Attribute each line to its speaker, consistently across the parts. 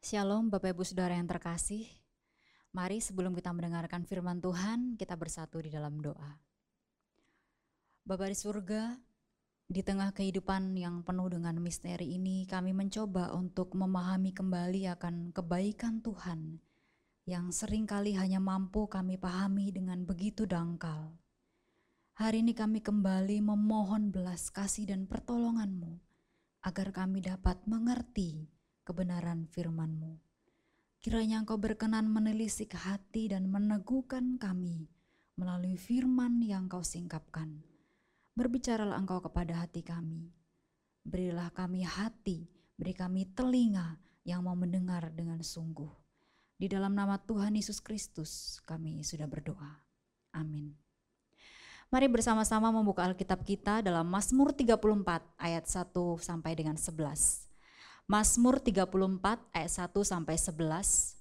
Speaker 1: Shalom Bapak Ibu Saudara yang terkasih. Mari sebelum kita mendengarkan firman Tuhan, kita bersatu di dalam doa. Bapa di surga, di tengah kehidupan yang penuh dengan misteri ini, kami mencoba untuk memahami kembali akan kebaikan Tuhan yang seringkali hanya mampu kami pahami dengan begitu dangkal. Hari ini kami kembali memohon belas kasih dan pertolongan-Mu agar kami dapat mengerti kebenaran firman-Mu. Kiranya Engkau berkenan menelisik hati dan meneguhkan kami melalui firman yang Engkau singkapkan. Berbicaralah Engkau kepada hati kami. Berilah kami hati, beri kami telinga yang mau mendengar dengan sungguh. Di dalam nama Tuhan Yesus Kristus kami sudah berdoa. Amin. Mari bersama-sama membuka Alkitab kita dalam Mazmur 34 ayat 1 sampai dengan 11. Mazmur 34 ayat 1 sampai 11.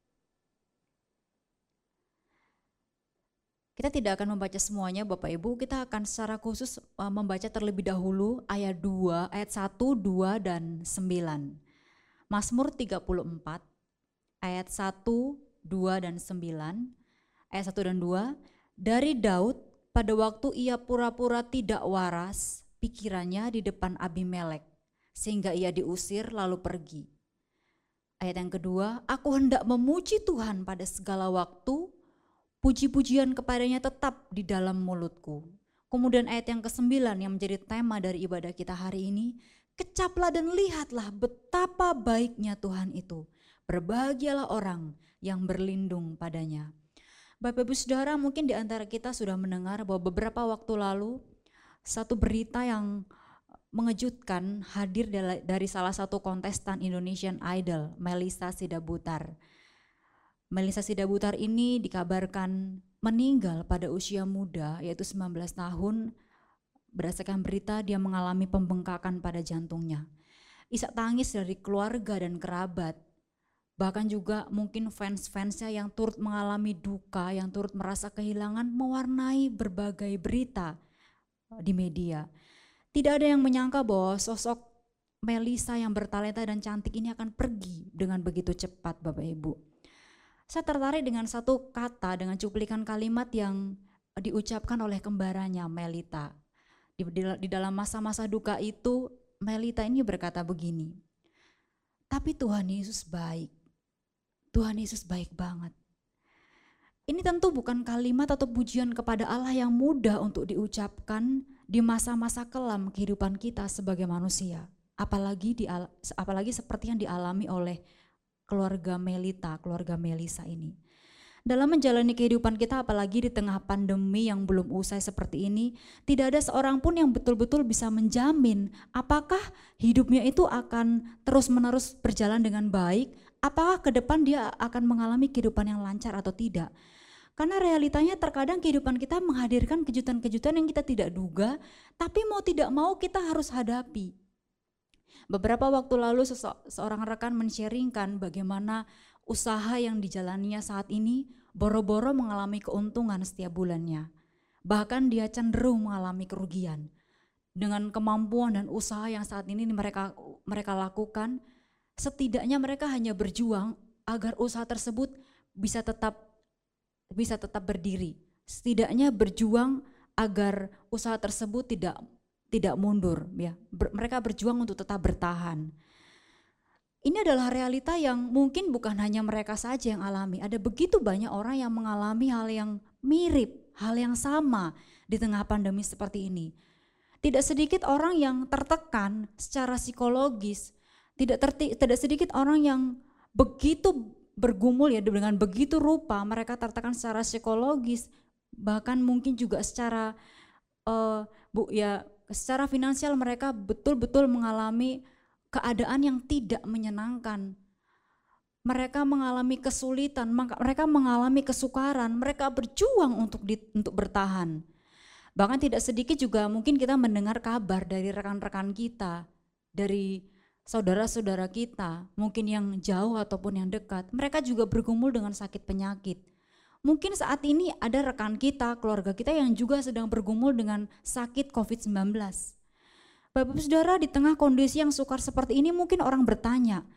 Speaker 1: Kita tidak akan membaca semuanya Bapak Ibu, kita akan secara khusus membaca terlebih dahulu ayat 2, ayat 1, 2 dan 9. Mazmur 34 ayat 1, 2 dan 9. Ayat 1 dan 2. Dari Daud pada waktu ia pura-pura tidak waras pikirannya di depan Abimelek, sehingga ia diusir lalu pergi. Ayat yang kedua, aku hendak memuji Tuhan pada segala waktu, puji-pujian kepadanya tetap di dalam mulutku. Kemudian ayat yang ke-9 yang menjadi tema dari ibadah kita hari ini, kecaplah dan lihatlah betapa baiknya Tuhan itu. Berbahagialah orang yang berlindung padanya. Bapak Ibu Saudara, mungkin di antara kita sudah mendengar bahwa beberapa waktu lalu satu berita yang mengejutkan hadir dari salah satu kontestan Indonesian Idol, Melissa Sidabutar. Melissa Sidabutar ini dikabarkan meninggal pada usia muda, yaitu 19 tahun. Berdasarkan berita dia mengalami pembengkakan pada jantungnya. Isak tangis dari keluarga dan kerabat, bahkan juga mungkin fans-fansnya yang turut mengalami duka, yang turut merasa kehilangan, mewarnai berbagai berita di media. Tidak ada yang menyangka bahwa sosok Melissa yang bertalenta dan cantik ini akan pergi dengan begitu cepat Bapak Ibu. Saya tertarik dengan satu kata, dengan cuplikan kalimat yang diucapkan oleh kembarannya Melita. Di dalam masa-masa duka itu Melita ini berkata begini, tapi Tuhan Yesus baik, Tuhan Yesus baik banget. Ini tentu bukan kalimat atau pujian kepada Allah yang mudah untuk diucapkan di masa-masa kelam kehidupan kita sebagai manusia. Apalagi seperti yang dialami oleh keluarga Melita, keluarga Melissa ini. Dalam menjalani kehidupan kita, apalagi di tengah pandemi yang belum usai seperti ini, tidak ada seorang pun yang betul-betul bisa menjamin apakah hidupnya itu akan terus-menerus berjalan dengan baik, apakah ke depan dia akan mengalami kehidupan yang lancar atau tidak. Karena realitanya terkadang kehidupan kita menghadirkan kejutan-kejutan yang kita tidak duga, tapi mau tidak mau kita harus hadapi. Beberapa waktu lalu seorang rekan men-sharingkan bagaimana usaha yang dijalaninya saat ini boro-boro mengalami keuntungan setiap bulannya. Bahkan dia cenderung mengalami kerugian. Dengan kemampuan dan usaha yang saat ini mereka lakukan, setidaknya mereka hanya berjuang agar usaha tersebut bisa tetap berdiri. Setidaknya berjuang agar usaha tersebut tidak mundur, ya. Mereka berjuang untuk tetap bertahan. Ini adalah realita yang mungkin bukan hanya mereka saja yang alami. Ada begitu banyak orang yang mengalami hal yang mirip, hal yang sama di tengah pandemi seperti ini. Tidak sedikit orang yang tertekan secara psikologis, tidak sedikit orang yang begitu bergumul ya dengan begitu rupa, mereka tertekan secara psikologis, bahkan mungkin juga secara secara finansial mereka betul-betul mengalami keadaan yang tidak menyenangkan. Mereka mengalami kesulitan, mereka mengalami kesukaran, mereka berjuang untuk bertahan. Bahkan tidak sedikit juga mungkin kita mendengar kabar dari rekan-rekan kita, dari saudara-saudara kita, mungkin yang jauh ataupun yang dekat, mereka juga bergumul dengan sakit penyakit. Mungkin saat ini ada rekan kita, keluarga kita yang juga sedang bergumul dengan sakit COVID-19. Bapak Saudara, di tengah kondisi yang sukar seperti ini mungkin orang bertanya,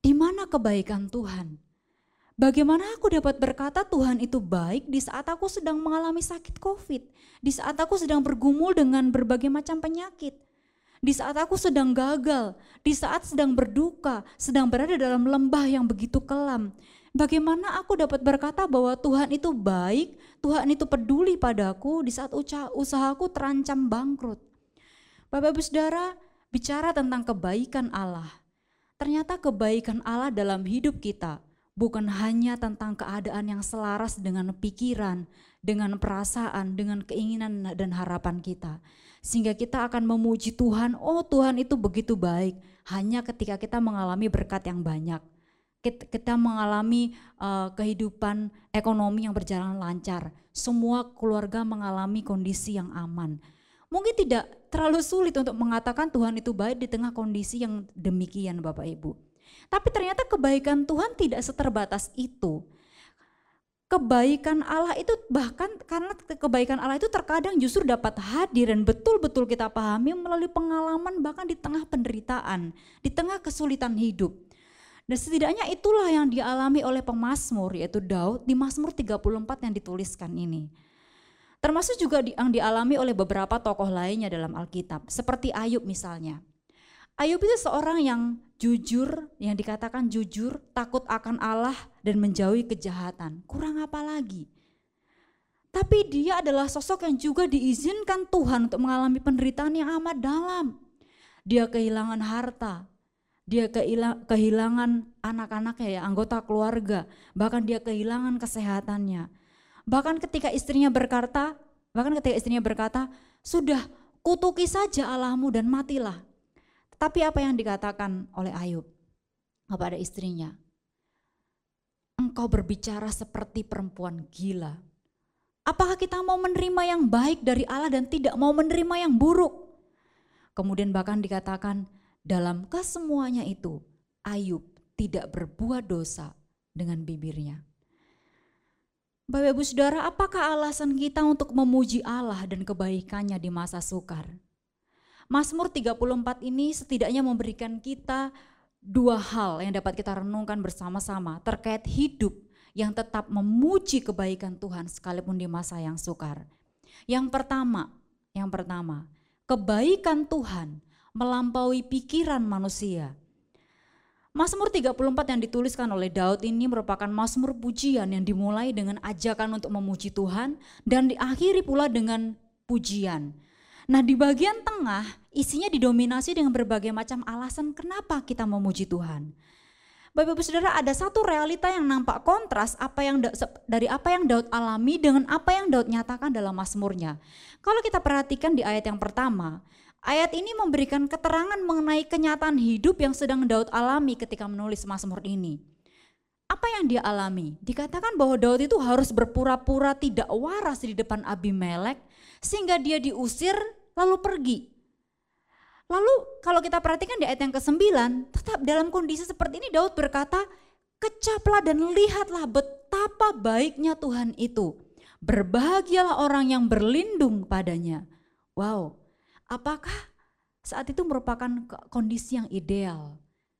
Speaker 1: Di mana kebaikan Tuhan? Bagaimana aku dapat berkata Tuhan itu baik di saat aku sedang mengalami sakit COVID, di saat aku sedang bergumul dengan berbagai macam penyakit, di saat aku sedang gagal, di saat sedang berduka, sedang berada dalam lembah yang begitu kelam. Bagaimana aku dapat berkata bahwa Tuhan itu baik, Tuhan itu peduli padaku di saat usahaku terancam bangkrut. Bapak Ibu Saudara, bicara tentang kebaikan Allah. Ternyata kebaikan Allah dalam hidup kita bukan hanya tentang keadaan yang selaras dengan pikiran, dengan perasaan, dengan keinginan dan harapan kita. Sehingga kita akan memuji Tuhan, oh Tuhan itu begitu baik. Hanya ketika kita mengalami berkat yang banyak. Kita mengalami kehidupan ekonomi yang berjalan lancar. Semua keluarga mengalami kondisi yang aman. Mungkin tidak terlalu sulit untuk mengatakan Tuhan itu baik di tengah kondisi yang demikian Bapak Ibu. Tapi ternyata kebaikan Tuhan tidak seterbatas itu. Kebaikan Allah itu bahkan karena kebaikan Allah itu terkadang justru dapat hadir dan betul-betul kita pahami melalui pengalaman bahkan di tengah penderitaan, di tengah kesulitan hidup. Dan setidaknya itulah yang dialami oleh pemazmur yaitu Daud di Mazmur 34 yang dituliskan ini. Termasuk juga yang dialami oleh beberapa tokoh lainnya dalam Alkitab seperti Ayub misalnya. Ayub itu seorang yang jujur, yang dikatakan jujur, takut akan Allah dan menjauhi kejahatan. Kurang apa lagi? Tapi dia adalah sosok yang juga diizinkan Tuhan untuk mengalami penderitaan yang amat dalam. Dia kehilangan harta, dia kehilangan anak-anaknya, anggota keluarga, bahkan dia kehilangan kesehatannya. Bahkan ketika istrinya berkata, sudah kutuki saja Allahmu dan matilah. Tapi apa yang dikatakan oleh Ayub kepada istrinya? Engkau berbicara seperti perempuan gila. Apakah kita mau menerima yang baik dari Allah dan tidak mau menerima yang buruk? Kemudian bahkan dikatakan dalam kesemuanya itu Ayub tidak berbuat dosa dengan bibirnya. Bapak Ibu Saudara, apakah alasan kita untuk memuji Allah dan kebaikannya di masa sukar? Mazmur 34 ini setidaknya memberikan kita dua hal yang dapat kita renungkan bersama-sama terkait hidup yang tetap memuji kebaikan Tuhan sekalipun di masa yang sukar. Yang pertama, kebaikan Tuhan melampaui pikiran manusia. Mazmur 34 yang dituliskan oleh Daud ini merupakan mazmur pujian yang dimulai dengan ajakan untuk memuji Tuhan dan diakhiri pula dengan pujian. Nah di bagian tengah isinya didominasi dengan berbagai macam alasan kenapa kita memuji Tuhan. Bapak Ibu Saudara, ada satu realita yang nampak kontras dari apa yang Daud alami dengan apa yang Daud nyatakan dalam mazmurnya. Kalau kita perhatikan di ayat yang pertama, ayat ini memberikan keterangan mengenai kenyataan hidup yang sedang Daud alami ketika menulis mazmur ini. Apa yang dia alami? Dikatakan bahwa Daud itu harus berpura-pura tidak waras di depan Abimelek sehingga dia diusir lalu pergi. Lalu kalau kita perhatikan di ayat yang ke-9, tetap dalam kondisi seperti ini Daud berkata, kecaplah dan lihatlah betapa baiknya Tuhan itu. Berbahagialah orang yang berlindung padanya. Wow, apakah saat itu merupakan kondisi yang ideal?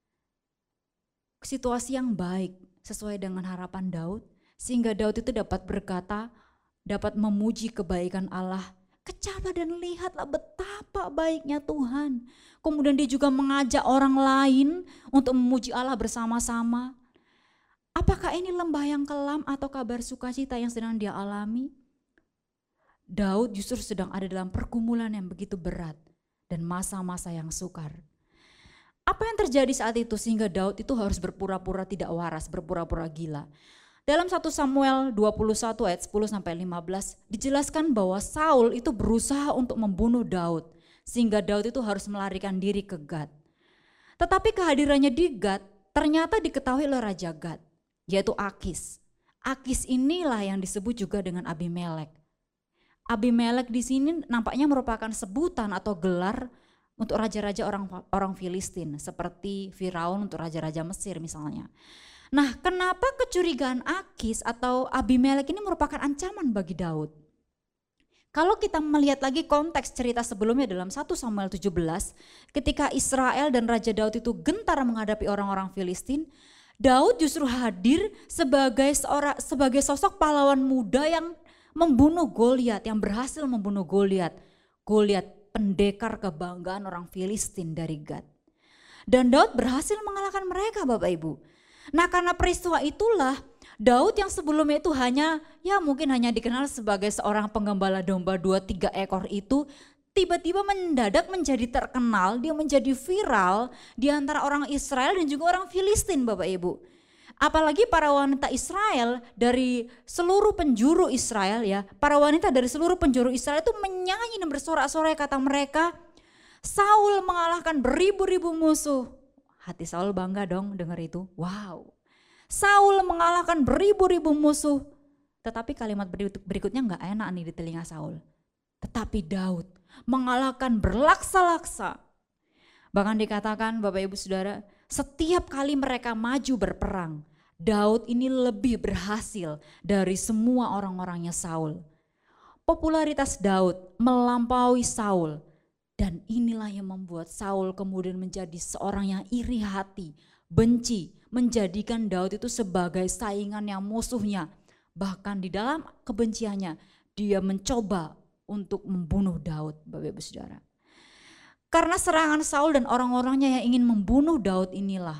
Speaker 1: Situasi yang baik sesuai dengan harapan Daud, sehingga Daud itu dapat berkata, dapat memuji kebaikan Allah. Kecaplah dan lihatlah betapa baiknya Tuhan. Kemudian dia juga mengajak orang lain untuk memuji Allah bersama-sama. Apakah ini lembah yang kelam atau kabar sukacita yang sedang dia alami? Daud justru sedang ada dalam pergumulan yang begitu berat dan masa-masa yang sukar. Apa yang terjadi saat itu sehingga Daud itu harus berpura-pura tidak waras, berpura-pura gila? Dalam 1 Samuel 21 ayat 10 sampai 15 dijelaskan bahwa Saul itu berusaha untuk membunuh Daud sehingga Daud itu harus melarikan diri ke Gad. Tetapi kehadirannya di Gad ternyata diketahui oleh Raja Gad, yaitu Akis. Akis inilah yang disebut juga dengan Abimelek. Abimelek di sini nampaknya merupakan sebutan atau gelar untuk raja-raja orang Filistin seperti Firaun untuk raja-raja Mesir misalnya. Nah, kenapa kecurigaan Akis atau Abimelek ini merupakan ancaman bagi Daud? Kalau kita melihat lagi konteks cerita sebelumnya dalam 1 Samuel 17, ketika Israel dan Raja Daud itu gentar menghadapi orang-orang Filistin, Daud justru hadir sebagai sosok pahlawan muda yang membunuh Goliat, yang berhasil membunuh Goliat. Goliat, pendekar kebanggaan orang Filistin dari Gad. Dan Daud berhasil mengalahkan mereka, Bapak Ibu. Nah, karena peristiwa itulah Daud yang sebelumnya itu mungkin hanya dikenal sebagai seorang penggembala domba 2-3 ekor itu, tiba-tiba mendadak menjadi terkenal, dia menjadi viral di antara orang Israel dan juga orang Filistin, Bapak Ibu. Apalagi para wanita Israel dari seluruh penjuru Israel ya, para wanita dari seluruh penjuru Israel itu menyanyi dan bersorak-sorai, kata mereka, Saul mengalahkan beribu-ribu musuh. Hati Saul bangga dong dengar itu, wow. Saul mengalahkan beribu-ribu musuh. Tetapi kalimat berikutnya gak enak nih di telinga Saul. Tetapi Daud mengalahkan berlaksa-laksa. Bahkan dikatakan Bapak Ibu Saudara, setiap kali mereka maju berperang, Daud ini lebih berhasil dari semua orang-orangnya Saul. Popularitas Daud melampaui Saul. Dan inilah yang membuat Saul kemudian menjadi seorang yang iri hati, benci, menjadikan Daud itu sebagai saingan yang musuhnya. Bahkan di dalam kebenciannya dia mencoba untuk membunuh Daud, Bapak Ibu Saudara. Karena serangan Saul dan orang-orangnya yang ingin membunuh Daud inilah,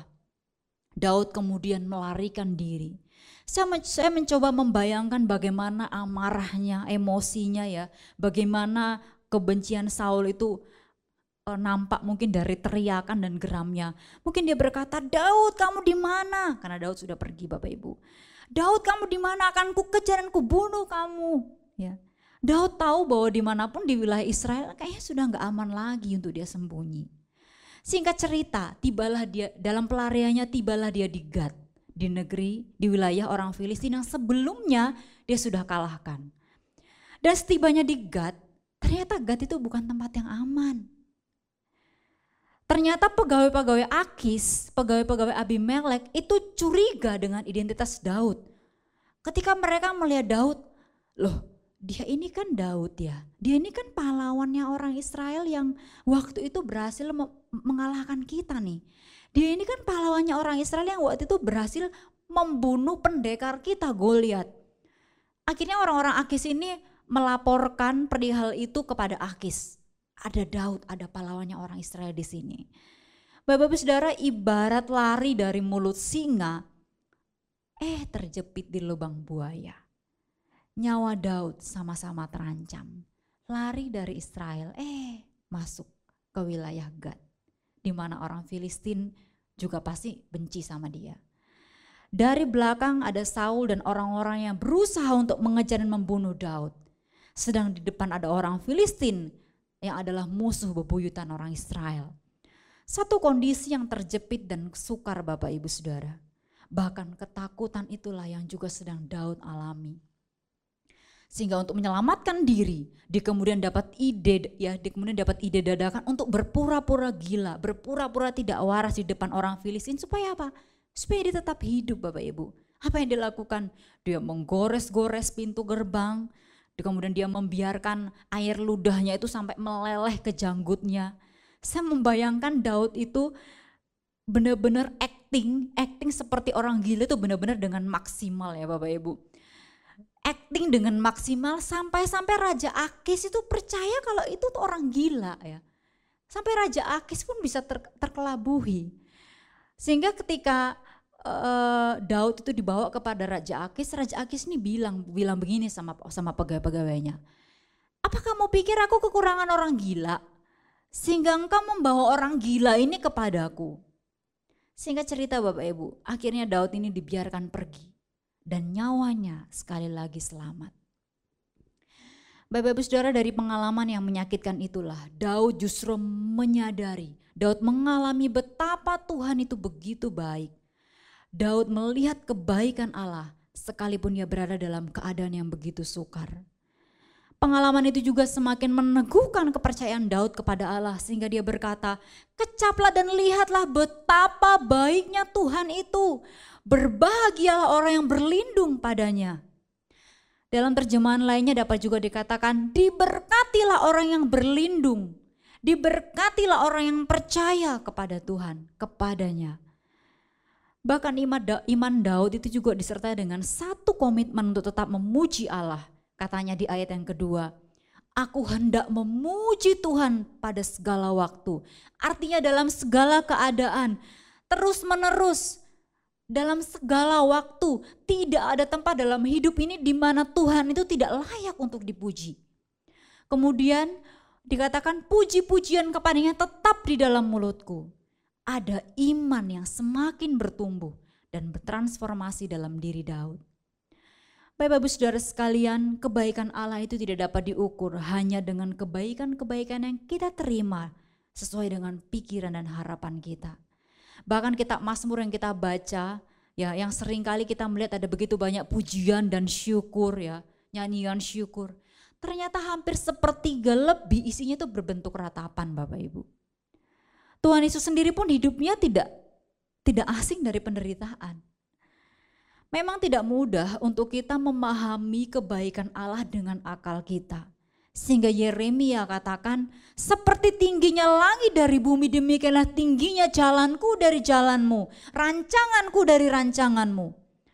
Speaker 1: Daud kemudian melarikan diri. Saya mencoba membayangkan bagaimana amarahnya, emosinya ya, bagaimana kebencian Saul itu nampak mungkin dari teriakan dan geramnya. Mungkin dia berkata, Daud kamu di mana? Karena Daud sudah pergi, Bapak Ibu. Daud kamu di mana? Akan ku kejar dan ku bunuh kamu. Ya. Daud tahu bahwa dimanapun di wilayah Israel kayaknya sudah gak aman lagi untuk dia sembunyi. Singkat cerita, tibalah dia dalam pelariannya, tibalah dia di Gad, di negeri, di wilayah orang Filistin yang sebelumnya dia sudah kalahkan. Dan setibanya di Gad, ternyata Gad itu bukan tempat yang aman. Ternyata pegawai-pegawai Akis, pegawai-pegawai Abimelek itu curiga dengan identitas Daud. Ketika mereka melihat Daud, loh dia ini kan Daud ya, dia ini kan pahlawannya orang Israel yang waktu itu berhasil mengalahkan kita nih. Dia ini kan pahlawannya orang Israel yang waktu itu berhasil membunuh pendekar kita Goliat. Akhirnya orang-orang Akis ini melaporkan perihal itu kepada Akis. Ada Daud, ada pahlawannya orang Israel di sini. Bapak-Bapak Saudara, ibarat lari dari mulut singa, terjepit di lubang buaya. Nyawa Daud sama-sama terancam. Lari dari Israel, masuk ke wilayah Gad, di mana orang Filistin juga pasti benci sama dia. Dari belakang ada Saul dan orang-orang yang berusaha untuk mengejar dan membunuh Daud. Sedang di depan ada orang Filistin yang adalah musuh bebuyutan orang Israel. Satu kondisi yang terjepit dan sukar, Bapak Ibu Saudara. Bahkan ketakutan itulah yang juga sedang Daud alami. Sehingga untuk menyelamatkan diri, dia kemudian dapat ide dadakan untuk berpura-pura gila, berpura-pura tidak waras di depan orang Filistin. Supaya apa? Supaya dia tetap hidup, Bapak Ibu. Apa yang dilakukan? Dia menggores-gores pintu gerbang, kemudian dia membiarkan air ludahnya itu sampai meleleh ke janggutnya. Saya membayangkan Daud itu benar-benar acting seperti orang gila itu benar-benar dengan maksimal ya Bapak Ibu. Acting dengan maksimal sampai Raja Akis itu percaya kalau itu tuh orang gila ya. Sampai Raja Akis pun bisa terkelabuhi. Sehingga ketika Daud itu dibawa kepada Raja Akis ini bilang begini sama pegawai-pegawainya. Apa kamu pikir aku kekurangan orang gila? Sehingga engkau membawa orang gila ini kepadaku. Sehingga cerita Bapak Ibu, akhirnya Daud ini dibiarkan pergi. Dan nyawanya sekali lagi selamat. Bapak Ibu Saudara, dari pengalaman yang menyakitkan itulah Daud justru menyadari, Daud mengalami betapa Tuhan itu begitu baik. Daud melihat kebaikan Allah sekalipun dia berada dalam keadaan yang begitu sukar. Pengalaman itu juga semakin meneguhkan kepercayaan Daud kepada Allah sehingga dia berkata, kecaplah dan lihatlah betapa baiknya Tuhan itu. Berbahagialah orang yang berlindung padanya. Dalam terjemahan lainnya dapat juga dikatakan, diberkatilah orang yang berlindung, diberkatilah orang yang percaya kepada Tuhan, kepadanya. Bahkan iman Daud itu juga disertai dengan satu komitmen untuk tetap memuji Allah. Katanya di ayat yang kedua, aku hendak memuji Tuhan pada segala waktu. Artinya dalam segala keadaan, terus menerus, dalam segala waktu. Tidak ada tempat dalam hidup ini di mana Tuhan itu tidak layak untuk dipuji. Kemudian dikatakan puji-pujian kepadanya tetap di dalam mulutku. Ada iman yang semakin bertumbuh dan bertransformasi dalam diri Daud. Bapak Ibu Saudara sekalian, kebaikan Allah itu tidak dapat diukur hanya dengan kebaikan-kebaikan yang kita terima sesuai dengan pikiran dan harapan kita. Bahkan kitab Mazmur yang kita baca, ya, yang sering kali kita melihat ada begitu banyak pujian dan syukur, ya, nyanyian syukur. Ternyata hampir sepertiga lebih isinya itu berbentuk ratapan, Bapak Ibu. Tuhan Yesus sendiri pun hidupnya tidak asing dari penderitaan. Memang tidak mudah untuk kita memahami kebaikan Allah dengan akal kita. Sehingga Yeremia katakan, seperti tingginya langit dari bumi, demikianlah tingginya jalanku dari jalanmu, rancanganku dari rancanganmu.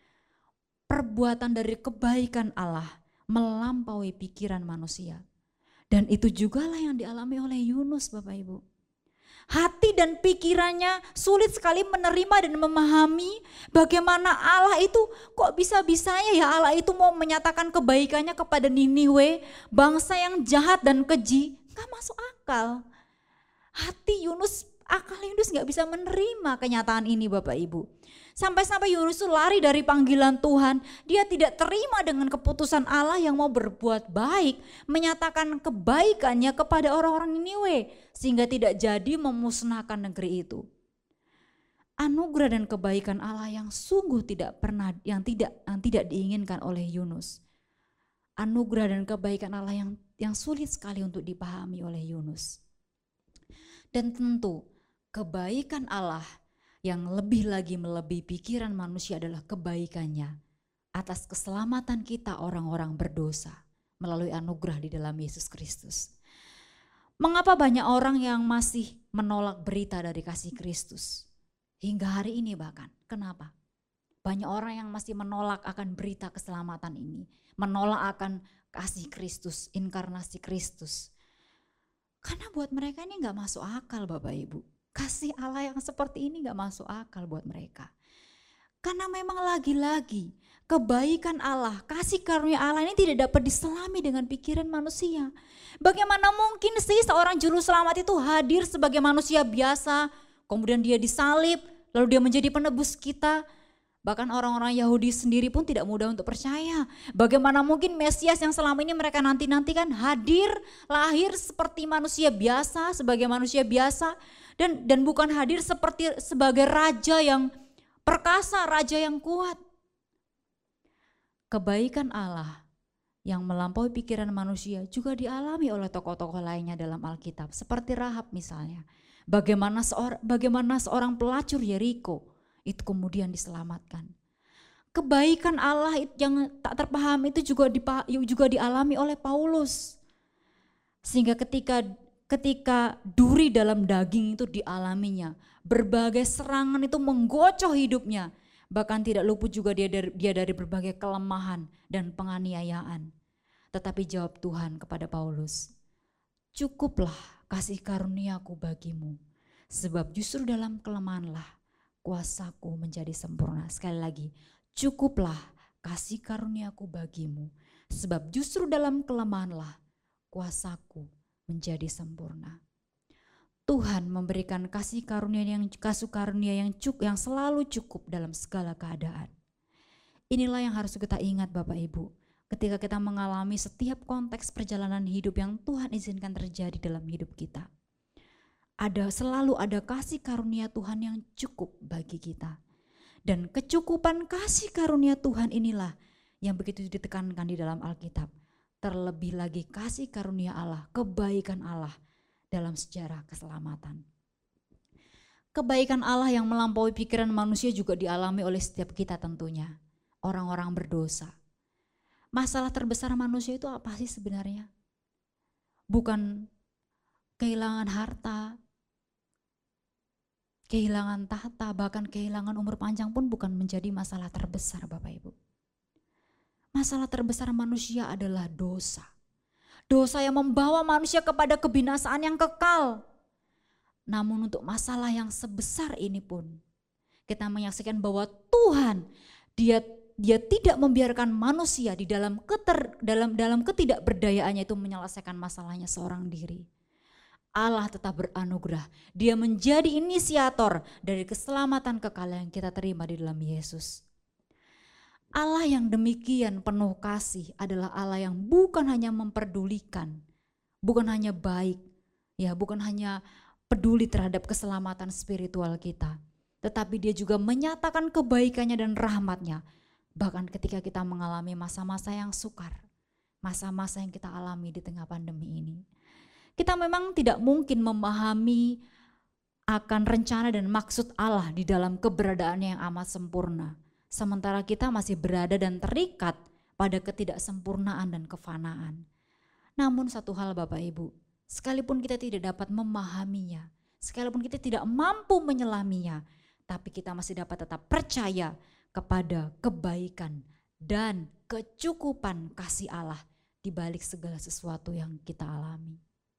Speaker 1: Perbuatan dari kebaikan Allah melampaui pikiran manusia. Dan itu jugalah yang dialami oleh Yunus, Bapak Ibu. Hati dan pikirannya sulit sekali menerima dan memahami bagaimana Allah itu kok bisa-bisanya ya Allah itu mau menyatakan kebaikannya kepada Niniwe, bangsa yang jahat dan keji. Gak masuk akal. Hati Yunus, akal Yunus gak bisa menerima kenyataan ini, Bapak Ibu. Sampai-sampai Yunus itu lari dari panggilan Tuhan. Dia tidak terima dengan keputusan Allah yang mau berbuat baik, menyatakan kebaikannya kepada orang-orang Niniwe, sehingga tidak jadi memusnahkan negeri itu. Anugerah dan kebaikan Allah yang sungguh tidak diinginkan oleh Yunus. Anugerah dan kebaikan Allah yang sulit sekali untuk dipahami oleh Yunus. Dan tentu kebaikan Allah yang lebih lagi melebihi pikiran manusia adalah kebaikannya atas keselamatan kita orang-orang berdosa melalui anugerah di dalam Yesus Kristus. Mengapa banyak orang yang masih menolak berita dari kasih Kristus? Hingga hari ini bahkan, kenapa? Banyak orang yang masih menolak akan berita keselamatan ini, menolak akan kasih Kristus, inkarnasi Kristus. Karena buat mereka ini gak masuk akal, Bapak Ibu. Kasih Allah yang seperti ini gak masuk akal buat mereka. Karena memang lagi-lagi kebaikan Allah, kasih karunia Allah ini tidak dapat diselami dengan pikiran manusia. Bagaimana mungkin sih seorang juru selamat itu hadir sebagai manusia biasa, kemudian dia disalib, lalu dia menjadi penebus kita. Bahkan orang-orang Yahudi sendiri pun tidak mudah untuk percaya. Bagaimana mungkin Mesias yang selama ini mereka nanti-nantikan hadir, lahir seperti manusia biasa, sebagai manusia biasa. Dan bukan hadir sebagai raja yang perkasa, raja yang kuat. Kebaikan Allah yang melampaui pikiran manusia juga dialami oleh tokoh-tokoh lainnya dalam Alkitab. Seperti Rahab misalnya. Bagaimana seorang pelacur Yeriko itu kemudian diselamatkan. Kebaikan Allah yang tak terpahami itu juga dialami oleh Paulus. Sehingga ketika duri dalam daging itu dialaminya, berbagai serangan itu menggocoh hidupnya, bahkan tidak luput juga dia dari berbagai kelemahan dan penganiayaan. Tetapi jawab Tuhan kepada Paulus, cukuplah kasih karuniaku bagimu, sebab justru dalam kelemahanlah kuasaku menjadi sempurna. Sekali lagi, cukuplah kasih karuniaku bagimu, sebab justru dalam kelemahanlah kuasaku menjadi sempurna. Tuhan memberikan kasih karunia yang selalu cukup dalam segala keadaan. Inilah yang harus kita ingat Bapak Ibu, ketika kita mengalami setiap konteks perjalanan hidup yang Tuhan izinkan terjadi dalam hidup kita. Selalu ada kasih karunia Tuhan yang cukup bagi kita. Dan kecukupan kasih karunia Tuhan inilah yang begitu ditekankan di dalam Alkitab. Terlebih lagi kasih karunia Allah, kebaikan Allah dalam sejarah keselamatan. Kebaikan Allah yang melampaui pikiran manusia juga dialami oleh setiap kita tentunya, orang-orang berdosa. Masalah terbesar manusia itu apa sih sebenarnya? Bukan kehilangan harta, kehilangan tahta, bahkan kehilangan umur panjang pun bukan menjadi masalah terbesar Bapak Ibu. Masalah terbesar manusia adalah dosa. Dosa yang membawa manusia kepada kebinasaan yang kekal. Namun untuk masalah yang sebesar ini pun kita menyaksikan bahwa Tuhan dia tidak membiarkan manusia di dalam ketidakberdayaannya itu menyelesaikan masalahnya seorang diri. Allah tetap beranugerah. Dia menjadi inisiator dari keselamatan kekal yang kita terima di dalam Yesus. Allah yang demikian penuh kasih adalah Allah yang bukan hanya memperdulikan, bukan hanya baik, ya bukan hanya peduli terhadap keselamatan spiritual kita, tetapi dia juga menyatakan kebaikannya dan rahmatnya. Bahkan ketika kita mengalami masa-masa yang sukar, masa-masa yang kita alami di tengah pandemi ini. Kita memang tidak mungkin memahami akan rencana dan maksud Allah di dalam keberadaannya yang amat sempurna. Sementara kita masih berada dan terikat pada ketidaksempurnaan dan kefanaan. Namun satu hal Bapak Ibu, sekalipun kita tidak dapat memahaminya, sekalipun kita tidak mampu menyelaminya, tapi kita masih dapat tetap percaya kepada kebaikan dan kecukupan kasih Allah di balik segala sesuatu yang kita alami.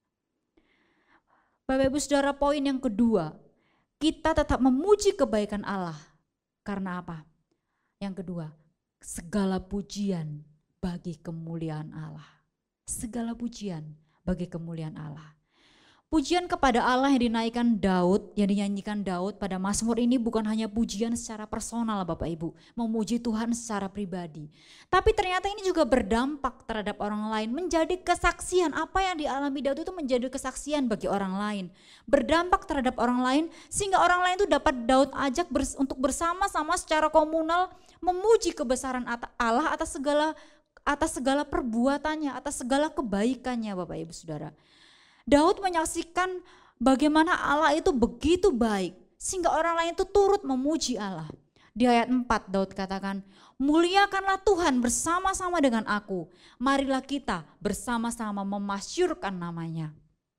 Speaker 1: Bapak Ibu Saudara, poin yang kedua, kita tetap memuji kebaikan Allah. Karena apa? Yang kedua, segala pujian bagi kemuliaan Allah. Segala pujian bagi kemuliaan Allah. Pujian kepada Allah yang dinaikkan Daud, yang dinyanyikan Daud pada Mazmur ini bukan hanya pujian secara personal Bapak Ibu, memuji Tuhan secara pribadi. Tapi ternyata ini juga berdampak terhadap orang lain, menjadi kesaksian. Apa yang dialami Daud itu menjadi kesaksian bagi orang lain. Berdampak terhadap orang lain sehingga orang lain itu dapat Daud ajak untuk bersama-sama secara komunal memuji kebesaran Allah atas segala perbuatannya, atas segala kebaikannya Bapak Ibu Saudara. Daud menyaksikan bagaimana Allah itu begitu baik sehingga orang lain itu turut memuji Allah. Di ayat 4 Daud katakan, muliakanlah Tuhan bersama-sama dengan aku, marilah kita bersama-sama memasyurkan namanya.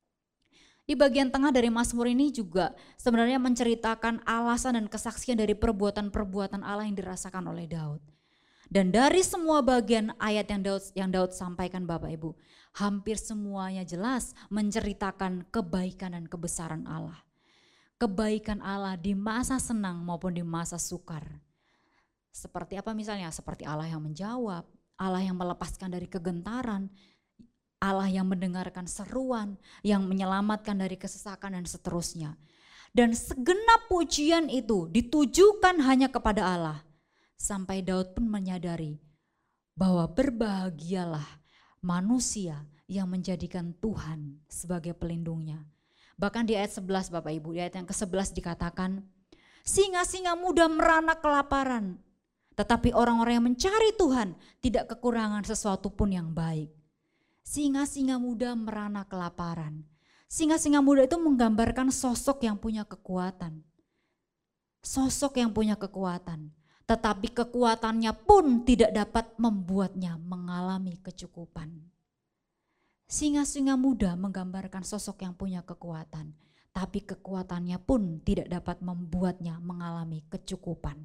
Speaker 1: Di bagian tengah dari Mazmur ini juga sebenarnya menceritakan alasan dan kesaksian dari perbuatan-perbuatan Allah yang dirasakan oleh Daud. Dan dari semua bagian ayat yang Daud sampaikan Bapak Ibu, hampir semuanya jelas menceritakan kebaikan dan kebesaran Allah. Kebaikan Allah di masa senang maupun di masa sukar. Seperti apa misalnya? Seperti Allah yang menjawab, Allah yang melepaskan dari kegentaran, Allah yang mendengarkan seruan, yang menyelamatkan dari kesesakan dan seterusnya. Dan segenap pujian itu ditujukan hanya kepada Allah. Sampai Daud pun menyadari bahwa berbahagialah manusia yang menjadikan Tuhan sebagai pelindungnya. Bahkan di ayat 11 Bapak Ibu, di ayat yang ke-11 dikatakan, singa-singa muda merana kelaparan, tetapi orang-orang yang mencari Tuhan tidak kekurangan sesuatu pun yang baik. Singa-singa muda merana kelaparan. Singa-singa muda itu menggambarkan sosok yang punya kekuatan. Sosok yang punya kekuatan. Tetapi kekuatannya pun tidak dapat membuatnya mengalami kecukupan. Singa-singa muda menggambarkan sosok yang punya kekuatan, tapi kekuatannya pun tidak dapat membuatnya mengalami kecukupan.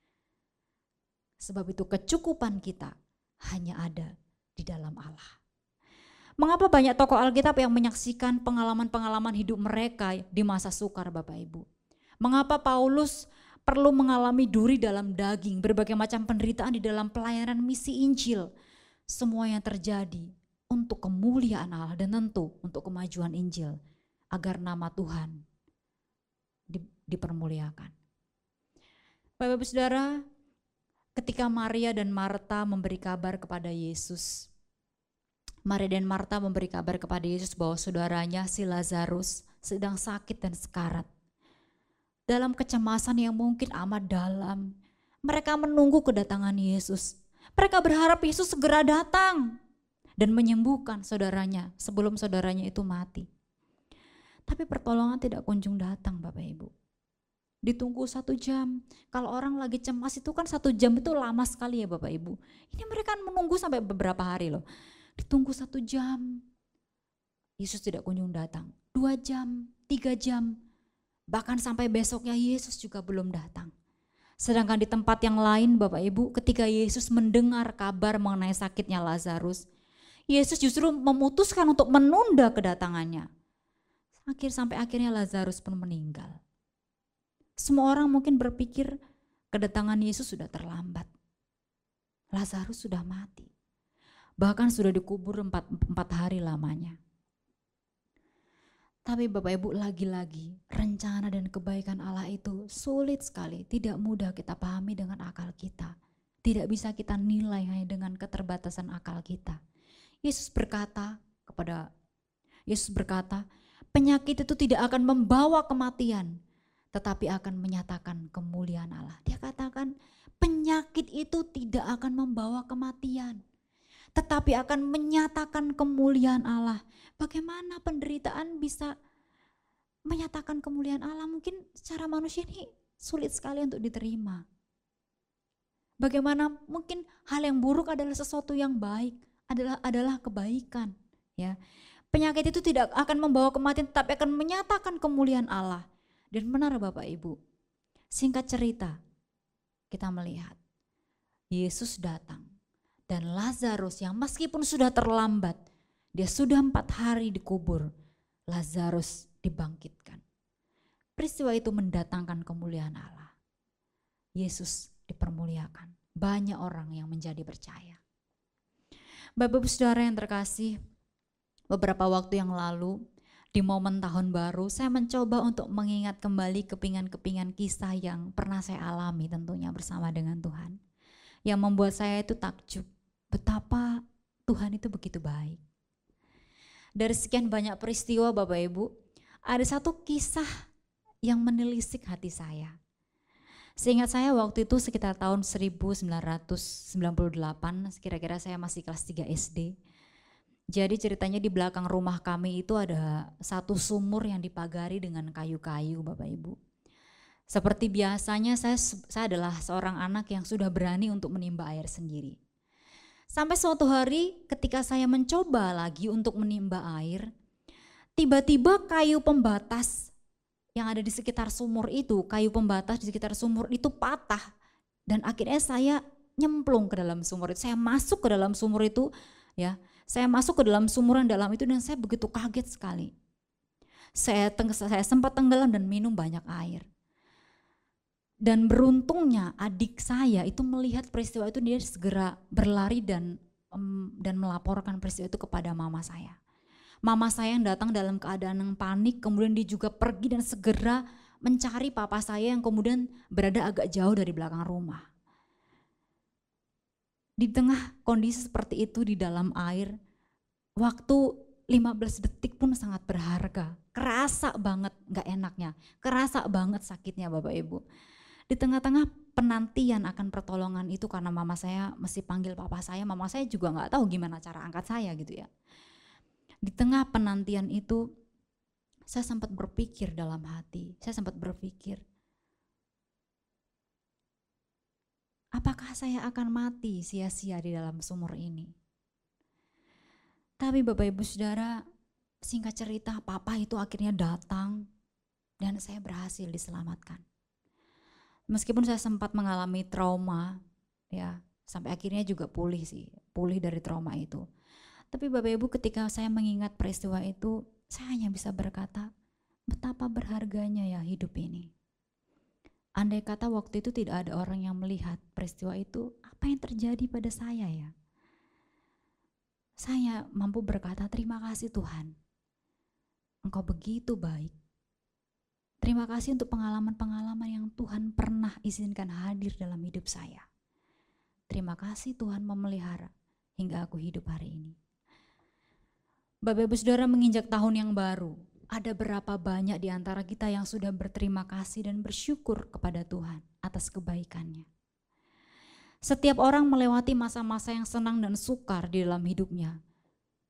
Speaker 1: Sebab itu kecukupan kita hanya ada di dalam Allah. Mengapa banyak tokoh Alkitab yang menyaksikan pengalaman-pengalaman hidup mereka di masa sukar Bapak Ibu? Mengapa Paulus perlu mengalami duri dalam daging, berbagai macam penderitaan di dalam pelayanan misi Injil. Semua yang terjadi untuk kemuliaan Allah dan tentu untuk kemajuan Injil, agar nama Tuhan dipermuliakan. Bapak Ibu Saudara, ketika Maria dan Marta memberi kabar kepada Yesus, Maria dan Marta memberi kabar kepada Yesus bahwa saudaranya si Lazarus sedang sakit dan sekarat. Dalam kecemasan yang mungkin amat dalam, mereka menunggu kedatangan Yesus. Mereka berharap Yesus segera datang dan menyembuhkan saudaranya sebelum saudaranya itu mati. Tapi pertolongan tidak kunjung datang Bapak Ibu. ditunggu 1 jam. Kalau orang lagi cemas itu kan 1 jam itu lama sekali ya Bapak Ibu. Ini mereka menunggu sampai beberapa hari loh. Ditunggu 1 jam. Yesus tidak kunjung datang. 2 jam, 3 jam. Bahkan sampai besoknya Yesus juga belum datang. Sedangkan di tempat yang lain Bapak Ibu, ketika Yesus mendengar kabar mengenai sakitnya Lazarus, Yesus justru memutuskan untuk menunda kedatangannya. Sampai akhirnya Lazarus pun meninggal. Semua orang mungkin berpikir kedatangan Yesus sudah terlambat. Lazarus sudah mati. Bahkan sudah dikubur 4 hari lamanya. Tapi Bapak Ibu, lagi-lagi rencana dan kebaikan Allah itu sulit sekali. Tidak mudah kita pahami dengan akal kita. Tidak bisa kita nilai hanya dengan keterbatasan akal kita. Yesus berkata, penyakit itu tidak akan membawa kematian, tetapi akan menyatakan kemuliaan Allah. Dia katakan penyakit itu tidak akan membawa kematian, tetapi akan menyatakan kemuliaan Allah. Bagaimana penderitaan bisa menyatakan kemuliaan Allah? Mungkin secara manusia ini sulit sekali untuk diterima. Bagaimana mungkin hal yang buruk adalah sesuatu yang baik, adalah kebaikan, ya. Penyakit itu tidak akan membawa kematian, tetapi akan menyatakan kemuliaan Allah. Dan benar Bapak Ibu, singkat cerita, kita melihat Yesus datang dan Lazarus yang meskipun sudah terlambat, dia sudah 4 hari dikubur, Lazarus dibangkitkan. Peristiwa itu mendatangkan kemuliaan Allah. Yesus dipermuliakan, banyak orang yang menjadi percaya. Bapak Ibu Saudara yang terkasih, beberapa waktu yang lalu di momen tahun baru saya mencoba untuk mengingat kembali kepingan-kepingan kisah yang pernah saya alami tentunya bersama dengan Tuhan. Yang membuat saya itu takjub betapa Tuhan itu begitu baik. Dari sekian banyak peristiwa Bapak Ibu, ada satu kisah yang menelisik hati saya. Seingat saya waktu itu sekitar tahun 1998, kira-kira saya masih kelas 3 SD. Jadi ceritanya di belakang rumah kami itu ada satu sumur yang dipagari dengan kayu-kayu Bapak Ibu. Seperti biasanya saya adalah seorang anak yang sudah berani untuk menimba air sendiri. Sampai suatu hari ketika saya mencoba lagi untuk menimba air, tiba-tiba kayu pembatas yang ada di sekitar sumur itu, kayu pembatas di sekitar sumur itu patah. Dan akhirnya saya nyemplung ke dalam sumur itu, saya masuk ke dalam sumur itu, ya. Saya masuk ke dalam sumuran dalam itu dan saya begitu kaget sekali. Saya sempat tenggelam dan minum banyak air. Dan beruntungnya adik saya itu melihat peristiwa itu, dia segera berlari dan melaporkan peristiwa itu kepada mama saya. Mama saya yang datang dalam keadaan yang panik, kemudian dia juga pergi dan segera mencari papa saya yang kemudian berada agak jauh dari belakang rumah. Di tengah kondisi seperti itu di dalam air, waktu 15 detik pun sangat berharga. Kerasa banget gak enaknya, kerasa banget sakitnya Bapak Ibu. Di tengah-tengah penantian akan pertolongan itu karena mama saya mesti panggil papa saya, mama saya juga gak tahu gimana cara angkat saya gitu ya. Di tengah penantian itu saya sempat berpikir dalam hati, apakah saya akan mati sia-sia di dalam sumur ini? Tapi Bapak Ibu Saudara, singkat cerita papa itu akhirnya datang dan saya berhasil diselamatkan. Meskipun saya sempat mengalami trauma, ya sampai akhirnya juga pulih dari trauma itu. Tapi Bapak Ibu, ketika saya mengingat peristiwa itu, saya hanya bisa berkata, betapa berharganya ya hidup ini. Andai kata waktu itu tidak ada orang yang melihat peristiwa itu, apa yang terjadi pada saya ya? Saya mampu berkata, terima kasih Tuhan, Engkau begitu baik. Terima kasih untuk pengalaman-pengalaman yang Tuhan pernah izinkan hadir dalam hidup saya. Terima kasih Tuhan memelihara hingga aku hidup hari ini. Bapak Ibu Saudara, menginjak tahun yang baru, ada berapa banyak di antara kita yang sudah berterima kasih dan bersyukur kepada Tuhan atas kebaikannya. Setiap orang melewati masa-masa yang senang dan sukar di dalam hidupnya.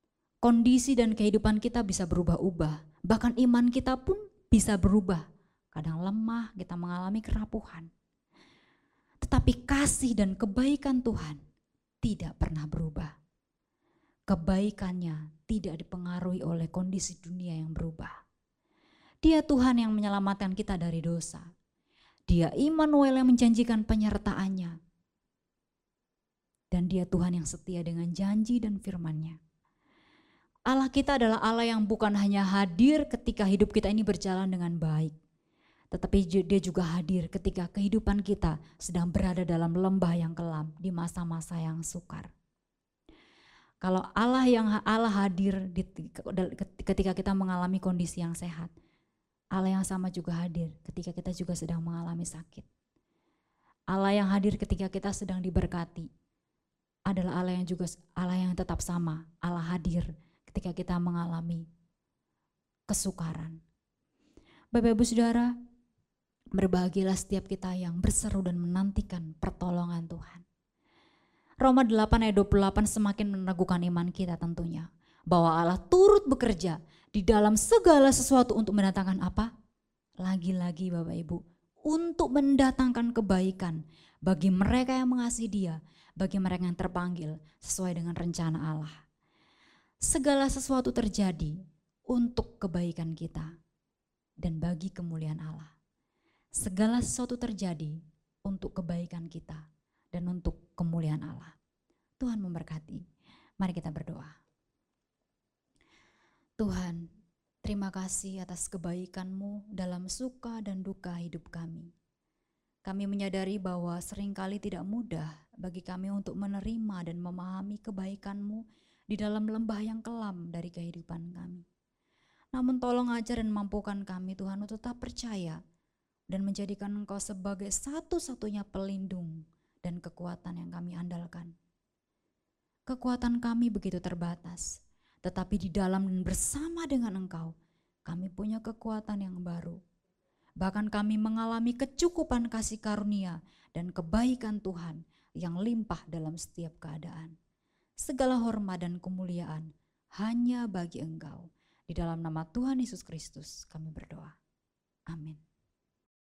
Speaker 1: Kondisi dan kehidupan kita bisa berubah-ubah, bahkan iman kita pun bisa berubah kadang lemah, kita mengalami kerapuhan. Tetapi kasih dan kebaikan Tuhan tidak pernah berubah. Kebaikannya tidak dipengaruhi oleh kondisi dunia yang berubah. Dia Tuhan yang menyelamatkan kita dari dosa. Dia Immanuel yang menjanjikan penyertaannya. Dan dia Tuhan yang setia dengan janji dan firman-Nya. Allah kita adalah Allah yang bukan hanya hadir ketika hidup kita ini berjalan dengan baik. Tetapi dia juga hadir ketika kehidupan kita sedang berada dalam lembah yang kelam di masa-masa yang sukar. Kalau Allah hadir ketika kita mengalami kondisi yang sehat, Allah yang sama juga hadir ketika kita juga sedang mengalami sakit. Allah yang hadir ketika kita sedang diberkati adalah Allah yang tetap sama. Allah hadir ketika kita mengalami kesukaran. Bapak Ibu Saudara, berbahagialah setiap kita yang berseru dan menantikan pertolongan Tuhan. Roma 8 ayat 28 semakin meneguhkan iman kita tentunya. Bahwa Allah turut bekerja di dalam segala sesuatu untuk mendatangkan apa? Lagi-lagi Bapak Ibu, untuk mendatangkan kebaikan bagi mereka yang mengasihi Dia, bagi mereka yang terpanggil sesuai dengan rencana Allah. Segala sesuatu terjadi untuk kebaikan kita dan bagi kemuliaan Allah. Segala sesuatu terjadi untuk kebaikan kita dan untuk kemuliaan Allah. Tuhan memberkati. Mari kita berdoa. Tuhan, terima kasih atas kebaikan-Mu dalam suka dan duka hidup kami. Kami menyadari bahwa seringkali tidak mudah bagi kami untuk menerima dan memahami kebaikan-Mu di dalam lembah yang kelam dari kehidupan kami. Namun tolong ajar dan mampukan kami Tuhan untuk tetap percaya dan menjadikan Engkau sebagai satu-satunya pelindung dan kekuatan yang kami andalkan. Kekuatan kami begitu terbatas, tetapi di dalam dan bersama dengan Engkau, kami punya kekuatan yang baru. Bahkan kami mengalami kecukupan kasih karunia dan kebaikan Tuhan yang limpah dalam setiap keadaan. Segala hormat dan kemuliaan hanya bagi Engkau. Di dalam nama Tuhan Yesus Kristus kami berdoa. Amin.